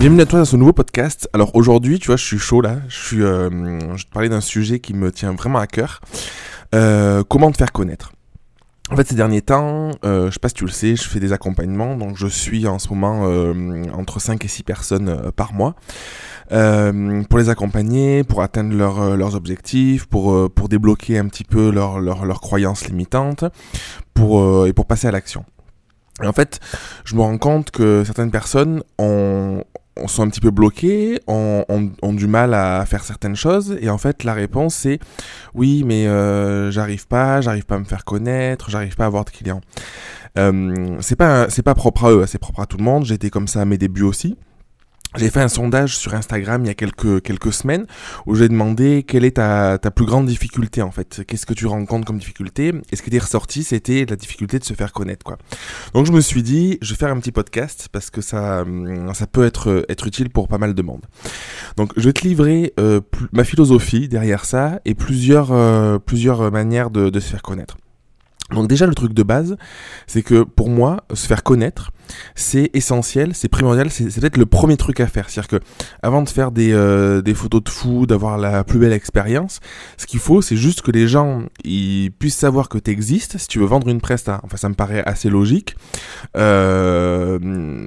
Bienvenue à toi dans ce nouveau podcast. Alors aujourd'hui, tu vois, je suis chaud là. Je vais te parler d'un sujet qui me tient vraiment à cœur. Comment te faire connaître. En fait, ces derniers temps, je sais pas si tu le sais, je fais des accompagnements. Donc je suis en ce moment entre 5 et 6 personnes par mois. Pour les accompagner, pour atteindre leurs objectifs, pour débloquer un petit peu leurs croyances limitantes, et pour passer à l'action. Et en fait, je me rends compte que certaines personnes sont un petit peu bloquées, ont du mal à faire certaines choses, et en fait la réponse c'est oui mais j'arrive pas à me faire connaître, j'arrive pas à avoir de clients. C'est pas propre à eux, c'est propre à tout le monde. J'ai été comme ça à mes débuts aussi. J'ai fait un sondage sur Instagram il y a quelques semaines où j'ai demandé quelle est ta plus grande difficulté en fait. Qu'est-ce que tu rencontres comme difficulté? Et ce qui était ressorti, c'était la difficulté de se faire connaître, quoi. Donc je me suis dit, je vais faire un petit podcast parce que ça peut être utile pour pas mal de monde. Donc je vais te livrer ma philosophie derrière ça et plusieurs manières de se faire connaître. Donc déjà le truc de base, c'est que pour moi, se faire connaître, c'est essentiel, c'est primordial, c'est peut-être le premier truc à faire. C'est-à-dire que avant de faire des photos de fou, d'avoir la plus belle expérience, ce qu'il faut, c'est juste que les gens ils puissent savoir que tu existes. Si tu veux vendre une presta, enfin ça me paraît assez logique. Le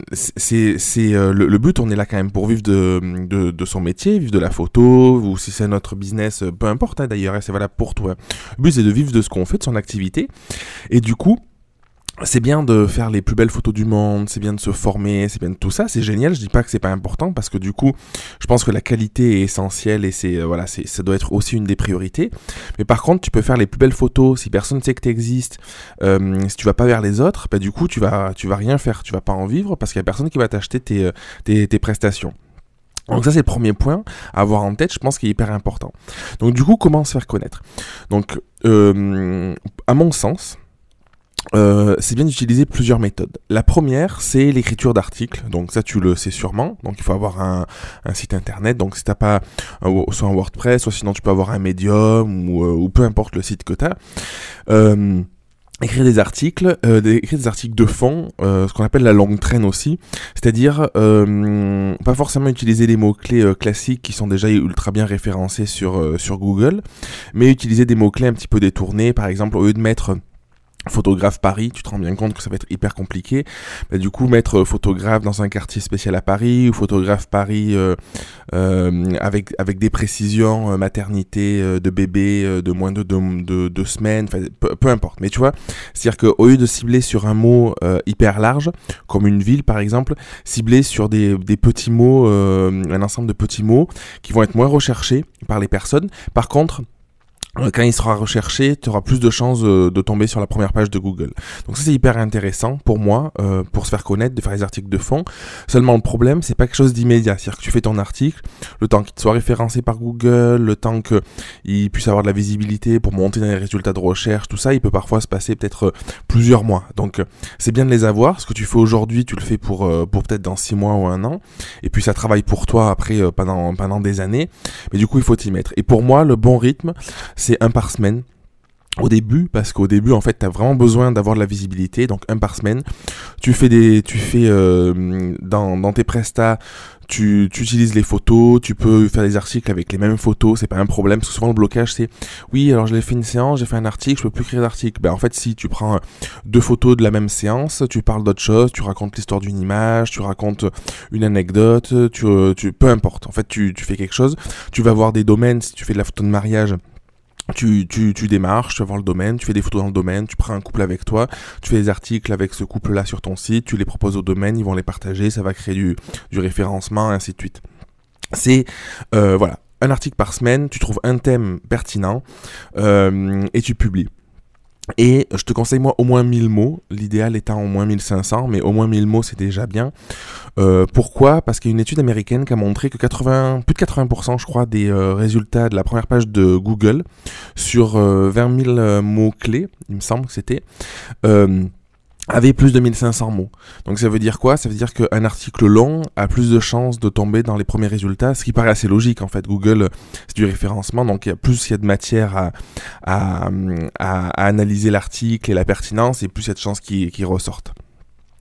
but, on est là quand même pour vivre de son métier, vivre de la photo, ou si c'est notre business, peu importe d'ailleurs, et c'est valable pour toi. Le but c'est de vivre de ce qu'on fait, de son activité. Et du coup, c'est bien de faire les plus belles photos du monde, c'est bien de se former, c'est bien de tout ça, c'est génial. Je dis pas que c'est pas important parce que du coup, je pense que la qualité est essentielle et ça doit être aussi une des priorités. Mais par contre, tu peux faire les plus belles photos si personne ne sait que tu existes, si tu vas pas vers les autres, bah du coup, tu vas rien faire, tu vas pas en vivre parce qu'il y a personne qui va t'acheter tes prestations. Donc ça c'est le premier point à avoir en tête, je pense qu'il est hyper important. Donc du coup, comment se faire connaître? Donc à mon sens, c'est bien d'utiliser plusieurs méthodes. La première, c'est l'écriture d'articles. Donc ça, tu le sais sûrement. Donc il faut avoir un site internet. Donc si t'as pas soit un WordPress, soit sinon tu peux avoir un Medium ou peu importe le site que t'as. Écrire des articles de fond, ce qu'on appelle la longue traîne aussi, c'est-à-dire pas forcément utiliser les mots-clés classiques qui sont déjà ultra bien référencés sur Google, mais utiliser des mots-clés un petit peu détournés. Par exemple, au lieu de mettre photographe Paris, tu te rends bien compte que ça va être hyper compliqué. Bah, du coup, mettre photographe dans un quartier spécial à Paris ou photographe Paris avec des précisions maternité de bébé de moins de 2 semaines, peu importe. Mais tu vois, c'est-à-dire qu'au lieu de cibler sur un mot hyper large, comme une ville par exemple, cibler sur des petits mots, un ensemble de petits mots qui vont être moins recherchés par les personnes. Par contre, quand il sera recherché, tu auras plus de chances de tomber sur la première page de Google. Donc ça c'est hyper intéressant pour moi, pour se faire connaître, de faire des articles de fond. Seulement le problème, c'est pas quelque chose d'immédiat. C'est-à-dire que tu fais ton article, le temps qu'il soit référencé par Google, le temps qu'il puisse avoir de la visibilité pour monter dans les résultats de recherche, tout ça, il peut parfois se passer peut-être plusieurs mois. Donc c'est bien de les avoir. Ce que tu fais aujourd'hui, tu le fais pour peut-être dans 6 mois ou 1 an. Et puis ça travaille pour toi après pendant des années. Mais du coup, il faut t'y mettre. Et pour moi, le bon rythme, c'est 1 par semaine au début, parce qu'au début en fait t'as vraiment besoin d'avoir de la visibilité. Donc 1 par semaine, tu fais dans tes prestats, tu utilises les photos, tu peux faire des articles avec les mêmes photos, c'est pas un problème, parce que souvent le blocage c'est oui alors j'ai fait une séance, j'ai fait un article, je peux plus créer d'article. Ben en fait si tu prends 2 photos de la même séance, tu parles d'autre chose, tu racontes l'histoire d'une image, tu racontes une anecdote, peu importe, en fait tu fais quelque chose. Tu vas voir des domaines, si tu fais de la photo de mariage, tu démarches, tu vas voir le domaine, tu fais des photos dans le domaine, tu prends un couple avec toi, tu fais des articles avec ce couple-là sur ton site, tu les proposes au domaine, ils vont les partager, ça va créer du référencement, ainsi de suite. C'est, voilà, un article par semaine, tu trouves un thème pertinent et tu publies. Et je te conseille moi au moins 1000 mots, l'idéal étant au moins 1500, mais au moins 1000 mots c'est déjà bien. Pourquoi ? Parce qu'il y a une étude américaine qui a montré que plus de 80% je crois des résultats de la première page de Google sur 20 000 mots clés, il me semble que c'était, avait plus de 1500 mots. Donc ça veut dire quoi ? Ça veut dire qu'un article long a plus de chances de tomber dans les premiers résultats, ce qui paraît assez logique en fait. Google, c'est du référencement, donc il y a de matière à analyser l'article et la pertinence, et plus il y a de chances qu'il ressorte.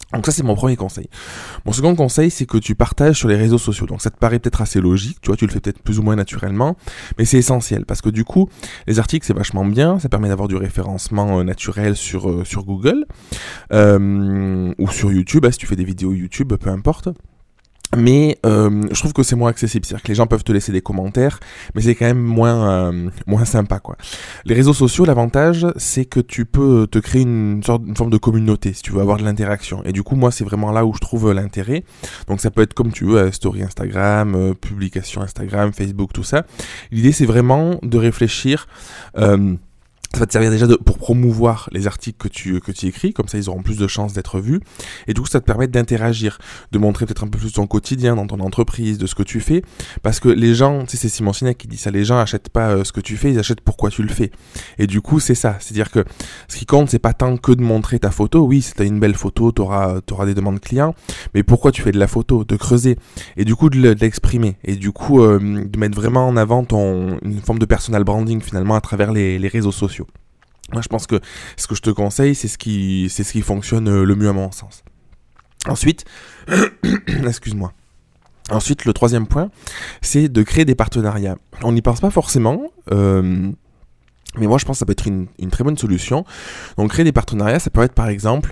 Donc ça, c'est mon premier conseil. Mon second conseil, c'est que tu partages sur les réseaux sociaux. Donc ça te paraît peut-être assez logique, tu vois, tu le fais peut-être plus ou moins naturellement, mais c'est essentiel parce que du coup, les articles, c'est vachement bien, ça permet d'avoir du référencement naturel sur Google ou sur YouTube, si tu fais des vidéos YouTube, peu importe. Mais je trouve que c'est moins accessible, c'est-à-dire que les gens peuvent te laisser des commentaires, mais c'est quand même moins sympa, quoi. Les réseaux sociaux, l'avantage, c'est que tu peux te créer une forme de communauté, si tu veux avoir de l'interaction. Et du coup, moi, c'est vraiment là où je trouve l'intérêt. Donc ça peut être comme tu veux, story Instagram, publication Instagram, Facebook, tout ça. L'idée, c'est vraiment de réfléchir... ça va te servir déjà pour promouvoir les articles que tu écris, comme ça ils auront plus de chances d'être vus. Et du coup, ça te permet d'interagir, de montrer peut-être un peu plus ton quotidien dans ton entreprise, de ce que tu fais. Parce que les gens, tu sais, c'est Simon Sinek qui dit ça, les gens achètent pas ce que tu fais, ils achètent pourquoi tu le fais. Et du coup, c'est ça. C'est-à-dire que ce qui compte, c'est pas tant que de montrer ta photo. Oui, si t'as une belle photo, t'auras des demandes clients. Mais pourquoi tu fais de la photo, de creuser. Et du coup, de l'exprimer. Et du coup, de mettre vraiment en avant une forme de personal branding finalement à travers les réseaux sociaux. Moi, je pense que ce que je te conseille, c'est ce qui fonctionne le mieux à mon sens. Ensuite, excuse-moi. Ensuite, le troisième point, c'est de créer des partenariats. On n'y pense pas forcément, mais moi, je pense que ça peut être une très bonne solution. Donc, créer des partenariats, ça peut être par exemple...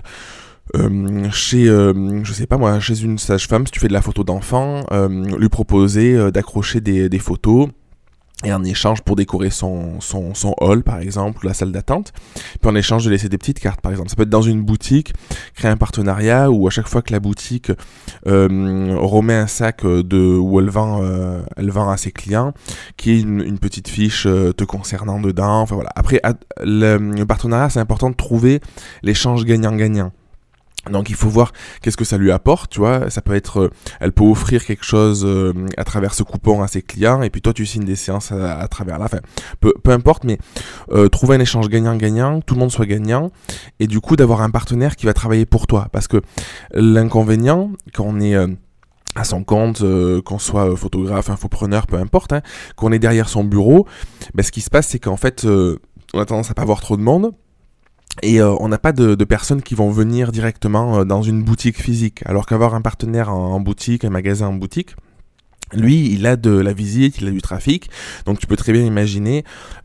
je sais pas moi, chez une sage-femme, si tu fais de la photo d'enfant, lui proposer d'accrocher des photos et en échange pour décorer son hall par exemple, ou la salle d'attente, puis en échange de laisser des petites cartes par exemple. Ça peut être dans une boutique, créer un partenariat où à chaque fois que la boutique remet un sac où elle vend à ses clients, qui est une petite fiche te concernant dedans, enfin voilà. Après, le partenariat, c'est important de trouver l'échange gagnant-gagnant. Donc il faut voir qu'est-ce que ça lui apporte, tu vois, ça peut être, elle peut offrir quelque chose à travers ce coupon à ses clients, et puis toi tu signes des séances à travers là, enfin, peu importe, mais trouver un échange gagnant-gagnant, tout le monde soit gagnant, et du coup d'avoir un partenaire qui va travailler pour toi, parce que l'inconvénient, quand on est... à son compte, qu'on soit photographe, infopreneur, peu importe, hein, qu'on est derrière son bureau, ben, ce qui se passe c'est qu'en fait, on a tendance à pas voir trop de monde, et on n'a pas de personnes qui vont venir directement dans une boutique physique, alors qu'avoir un partenaire en boutique, un magasin en boutique, lui, il a de la visite, il a du trafic, donc tu peux très bien imaginer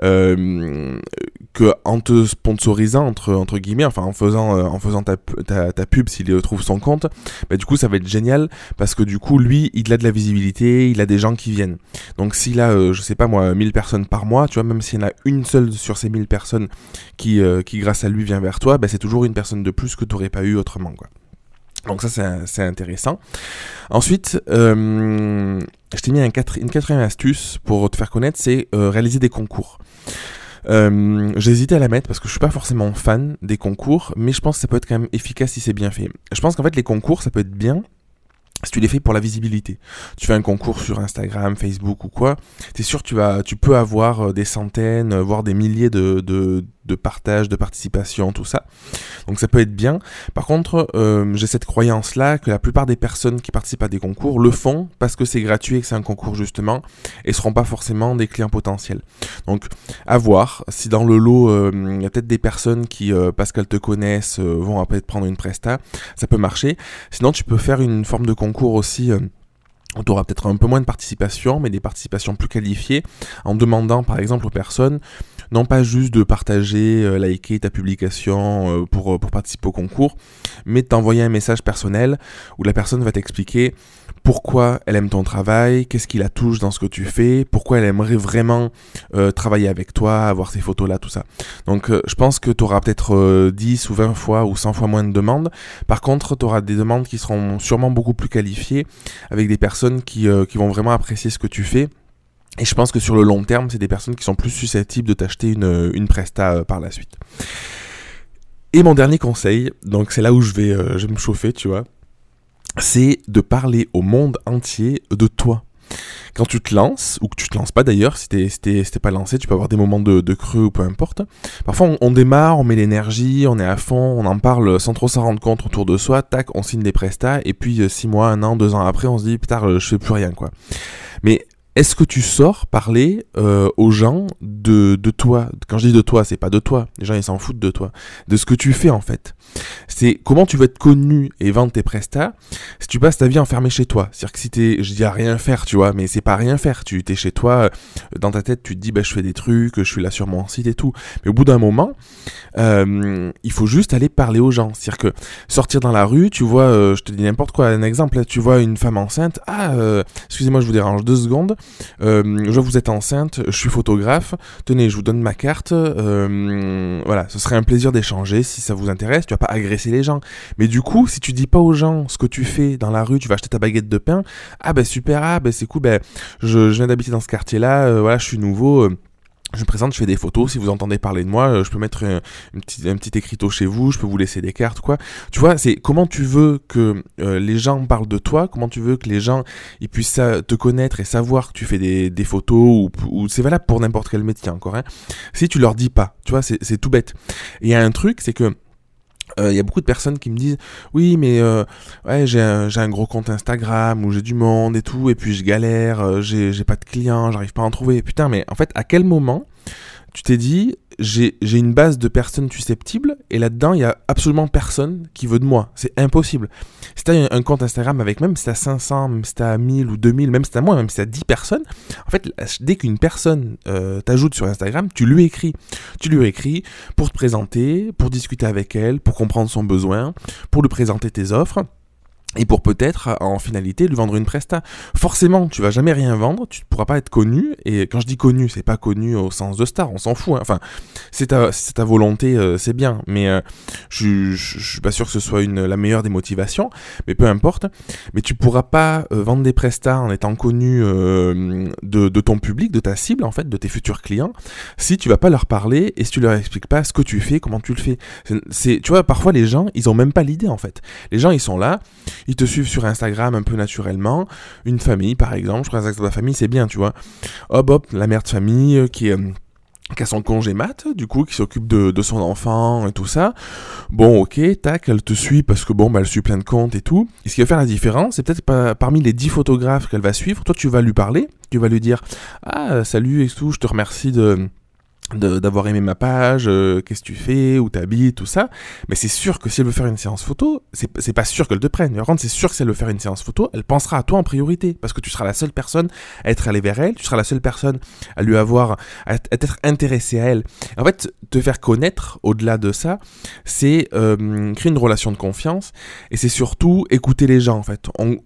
que en te sponsorisant entre guillemets, enfin en faisant ta pub s'il trouve son compte, bah du coup ça va être génial parce que du coup lui, il a de la visibilité, il a des gens qui viennent. Donc s'il a je sais pas moi 1000 personnes par mois, tu vois, même s'il y en a une seule sur ces 1000 personnes qui grâce à lui vient vers toi, bah c'est toujours une personne de plus que tu n'aurais pas eu autrement, quoi. Donc ça c'est intéressant. Ensuite, je t'ai mis une quatrième astuce pour te faire connaître, c'est réaliser des concours. J'ai hésité à la mettre parce que je suis pas forcément fan des concours, mais je pense que ça peut être quand même efficace si c'est bien fait. Je pense qu'en fait les concours ça peut être bien si tu les fais pour la visibilité. Tu fais un concours sur Instagram, Facebook ou quoi, t'es sûr que tu peux avoir des centaines, voire des milliers de partages, de participation, tout ça. Donc ça peut être bien. Par contre, j'ai cette croyance-là que la plupart des personnes qui participent à des concours le font parce que c'est gratuit et que c'est un concours justement, et seront pas forcément des clients potentiels. Donc à voir, si dans le lot, il y a peut-être des personnes qui, parce qu'elles te connaissent, vont peut-être prendre une presta, ça peut marcher. Sinon tu peux faire une forme de concours aussi où tu auras peut-être un peu moins de participation, mais des participations plus qualifiées, en demandant par exemple aux personnes, non pas juste de partager, liker ta publication pour participer au concours, mais de t'envoyer un message personnel où la personne va t'expliquer pourquoi elle aime ton travail, qu'est-ce qui la touche dans ce que tu fais, pourquoi elle aimerait vraiment travailler avec toi, avoir ces photos-là, tout ça. Donc je pense que tu auras peut-être 10 ou 20 fois ou 100 fois moins de demandes. Par contre, tu auras des demandes qui seront sûrement beaucoup plus qualifiées, avec des personnes qui vont vraiment apprécier ce que tu fais. Et je pense que sur le long terme, c'est des personnes qui sont plus susceptibles de t'acheter une presta par la suite. Et mon dernier conseil, donc c'est là où je vais me chauffer, tu vois, c'est de parler au monde entier de toi. Quand tu te lances, ou que tu te lances pas d'ailleurs, si t'es pas lancé, tu peux avoir des moments de creux ou peu importe. Parfois on démarre, on met l'énergie, on est à fond, on en parle sans trop s'en rendre compte autour de soi, tac, on signe des prestats, et puis 6 mois, 1 an, 2 ans après, on se dit, putain, je fais plus rien, quoi. Mais est-ce que tu sors parler aux gens de toi? Quand je dis de toi, c'est pas de toi. Les gens, ils s'en foutent de toi. De ce que tu fais, en fait. C'est comment tu veux être connu et vendre tes prestats si tu passes ta vie enfermé chez toi. C'est-à-dire que si je dis à rien faire, tu vois, mais c'est pas rien faire. Tu t'es chez toi, dans ta tête, tu te dis, je fais des trucs, je suis là sur mon site et tout. Mais au bout d'un moment, il faut juste aller parler aux gens. C'est-à-dire que sortir dans la rue, tu vois, je te dis n'importe quoi, un exemple, là, tu vois une femme enceinte, excusez-moi, je vous dérange 2 secondes, je vois que vous êtes enceinte, je suis photographe, tenez, je vous donne ma carte, voilà, ce serait un plaisir d'échanger si ça vous intéresse, tu vas pas agresser les gens. Mais du coup, si tu dis pas aux gens ce que tu fais dans la rue, tu vas acheter ta baguette de pain, super, c'est cool, je viens d'habiter dans ce quartier-là, voilà, je suis nouveau, je me présente, je fais des photos, si vous entendez parler de moi, je peux mettre un petit écriteau chez vous, je peux vous laisser des cartes, quoi. Tu vois, c'est comment tu veux que les gens parlent de toi, comment tu veux que les gens ils puissent te connaître et savoir que tu fais des photos, ou c'est valable pour n'importe quel métier encore, hein. Si tu leur dis pas, tu vois, c'est tout bête. Et il y a un truc, c'est que il y a beaucoup de personnes qui me disent oui mais ouais j'ai un gros compte Instagram où j'ai du monde et tout et puis je galère, j'ai pas de clients, j'arrive pas à en trouver. Putain, mais en fait à quel moment tu t'es dit j'ai une base de personnes susceptibles et là-dedans il y a absolument personne qui veut de moi, c'est impossible. Si t'as un compte Instagram avec, même si t'as 500, même si t'as 1000 ou 2000, même si t'as moins, même si t'as 10 personnes, en fait dès qu'une personne t'ajoute sur Instagram, tu lui écris pour te présenter, pour discuter avec elle, pour comprendre son besoin, pour lui présenter tes offres et pour peut-être, en finalité, lui vendre une presta. Forcément, tu vas jamais rien vendre, tu ne pourras pas être connu, et quand je dis connu, c'est pas connu au sens de star, on s'en fout, hein. Enfin, c'est ta volonté, c'est bien, mais je suis pas sûr que ce soit la meilleure des motivations, mais peu importe, mais tu pourras pas vendre des prestats en étant connu de ton public, de ta cible, en fait, de tes futurs clients, si tu vas pas leur parler, et si tu leur expliques pas ce que tu fais, comment tu le fais. Tu vois, parfois les gens, ils ont même pas l'idée, en fait. Les gens, ils sont là, ils te suivent sur Instagram un peu naturellement, une famille par exemple, je crois que la famille c'est bien, tu vois, hop, la mère de famille qui a son congé mat, du coup, qui s'occupe de son enfant et tout ça. Bon, ok, tac, elle te suit parce que elle suit plein de comptes et tout. Et ce qui va faire la différence, c'est peut-être parmi les 10 photographes qu'elle va suivre, toi tu vas lui parler, tu vas lui dire « Ah, salut et tout, je te remercie d'avoir aimé ma page, qu'est-ce que tu fais, où t'habites, tout ça. » Mais c'est sûr que si elle veut faire une séance photo, c'est pas sûr qu'elle te prenne. Par contre, c'est sûr que si elle veut faire une séance photo, elle pensera à toi en priorité, parce que tu seras la seule personne à être allée vers elle, tu seras la seule personne à être intéressée à elle. En fait, te faire connaître, au-delà de ça, c'est créer une relation de confiance, et c'est surtout écouter les gens, en fait.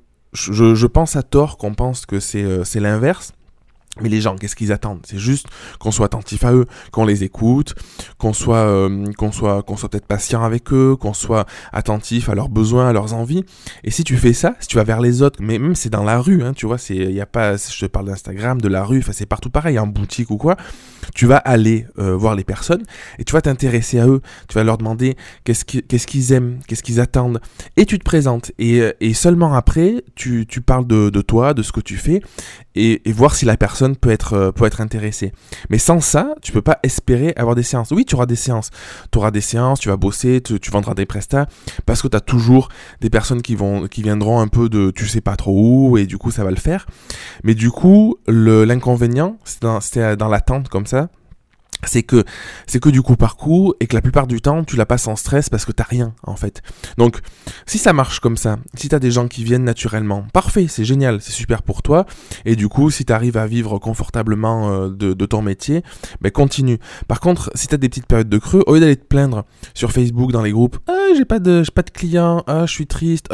Je pense à tort qu'on pense que c'est l'inverse. Mais les gens, qu'est-ce qu'ils attendent ? C'est juste qu'on soit attentif à eux, qu'on les écoute, qu'on soit peut-être patient avec eux, qu'on soit attentif à leurs besoins, à leurs envies. Et si tu fais ça, si tu vas vers les autres, mais même c'est dans la rue, hein, tu vois, je te parle d'Instagram, de la rue, enfin c'est partout pareil, en boutique ou quoi. Tu vas aller voir les personnes et tu vas t'intéresser à eux. Tu vas leur demander qu'est-ce qu'ils aiment, qu'est-ce qu'ils attendent, et tu te présentes. Et seulement après, tu parles de toi, de ce que tu fais, et voir si la personne peut être intéressée. Mais sans ça, tu peux pas espérer avoir des séances. Oui, tu auras des séances. Tu auras des séances, tu vas bosser, tu vendras des prestats, parce que tu as toujours des personnes qui viendront un peu de tu sais pas trop où, et du coup ça va le faire. Mais du coup, l'inconvénient, c'est dans l'attente comme ça, c'est que du coup par coup, et que la plupart du temps tu la passes en stress parce que t'as rien en fait. Donc si ça marche comme ça, si t'as des gens qui viennent naturellement, parfait, c'est génial, c'est super pour toi, et du coup si t'arrives à vivre confortablement de ton métier, continue. Par contre, si t'as des petites périodes de creux, au lieu d'aller te plaindre sur Facebook dans les groupes, j'ai pas de clients, je suis triste,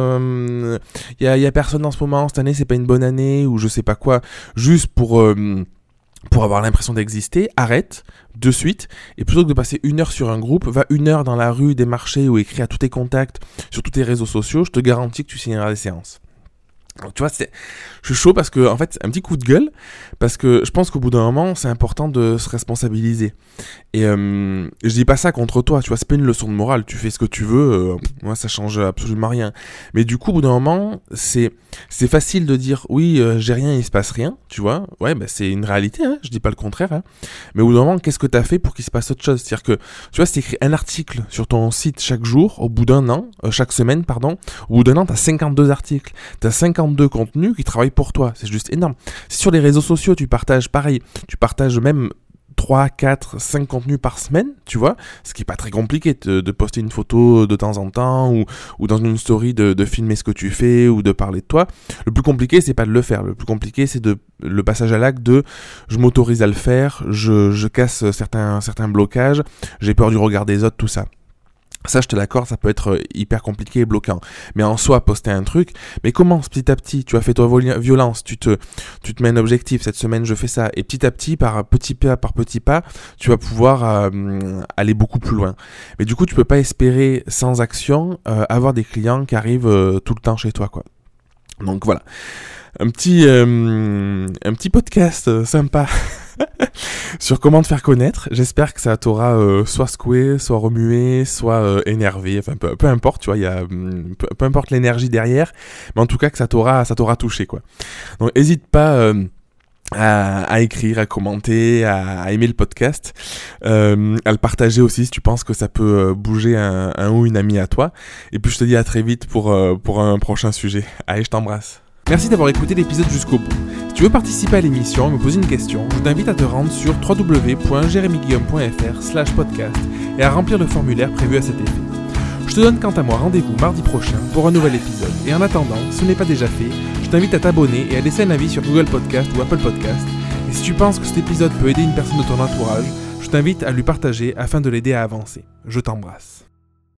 y a personne en ce moment, cette année c'est pas une bonne année, ou je sais pas quoi, juste pour avoir l'impression d'exister, arrête de suite, et plutôt que de passer 1 heure sur un groupe, va 1 heure dans la rue, des marchés, ou écris à tous tes contacts sur tous tes réseaux sociaux, je te garantis que tu signeras des séances. Donc, tu vois, je suis chaud parce que, en fait, c'est un petit coup de gueule, parce que je pense qu'au bout d'un moment, c'est important de se responsabiliser. Et je dis pas ça contre toi, tu vois, c'est pas une leçon de morale, tu fais ce que tu veux, moi ça change absolument rien. Mais du coup, au bout d'un moment, c'est facile de dire, oui, j'ai rien, il se passe rien, tu vois, ouais, c'est une réalité, hein, je dis pas le contraire, hein. Mais au bout d'un moment, qu'est-ce que t'as fait pour qu'il se passe autre chose ? C'est-à-dire que, tu vois, si t'écris un article sur ton site chaque jour, au bout d'un an, chaque semaine, pardon, au bout d'un an, t'as 52 articles, t'as 52 contenus qui travaillent pour toi, c'est juste énorme. Si sur les réseaux sociaux, tu partages pareil, tu partages même 3, 4, 5 contenus par semaine, tu vois, ce qui est pas très compliqué de poster une photo de temps en temps ou dans une story de filmer ce que tu fais ou de parler de toi. Le plus compliqué, c'est pas de le faire. Le plus compliqué, c'est le passage à l'acte de je m'autorise à le faire, je casse certains blocages, j'ai peur du regard des autres, tout ça. Ça, je te l'accorde, ça peut être hyper compliqué et bloquant. Mais en soi, poster un truc, mais commence petit à petit. Tu as fait toi violence, tu te mets un objectif. Cette semaine, je fais ça. Et petit à petit, par petit pas, tu vas pouvoir aller beaucoup plus loin. Mais du coup, tu peux pas espérer, sans action, avoir des clients qui arrivent tout le temps chez toi, quoi. Donc voilà. Un petit podcast sympa sur comment te faire connaître. J'espère que ça t'aura soit secoué, soit remué, soit énervé. Enfin, peu importe, tu vois, peu importe l'énergie derrière, mais en tout cas que ça t'aura touché, quoi. Donc, n'hésite pas à écrire, à commenter, à aimer le podcast, à le partager aussi si tu penses que ça peut bouger un ou une amie à toi. Et puis je te dis à très vite pour un prochain sujet. Allez, je t'embrasse. Merci d'avoir écouté l'épisode jusqu'au bout. Si tu veux participer à l'émission et me poser une question, je t'invite à te rendre sur www.jeremyguillaume.fr/podcast et à remplir le formulaire prévu à cet effet. Je te donne quant à moi rendez-vous mardi prochain pour un nouvel épisode. Et en attendant, si ce n'est pas déjà fait, je t'invite à t'abonner et à laisser un avis sur Google Podcast ou Apple Podcast. Et si tu penses que cet épisode peut aider une personne de ton entourage, je t'invite à lui partager afin de l'aider à avancer. Je t'embrasse.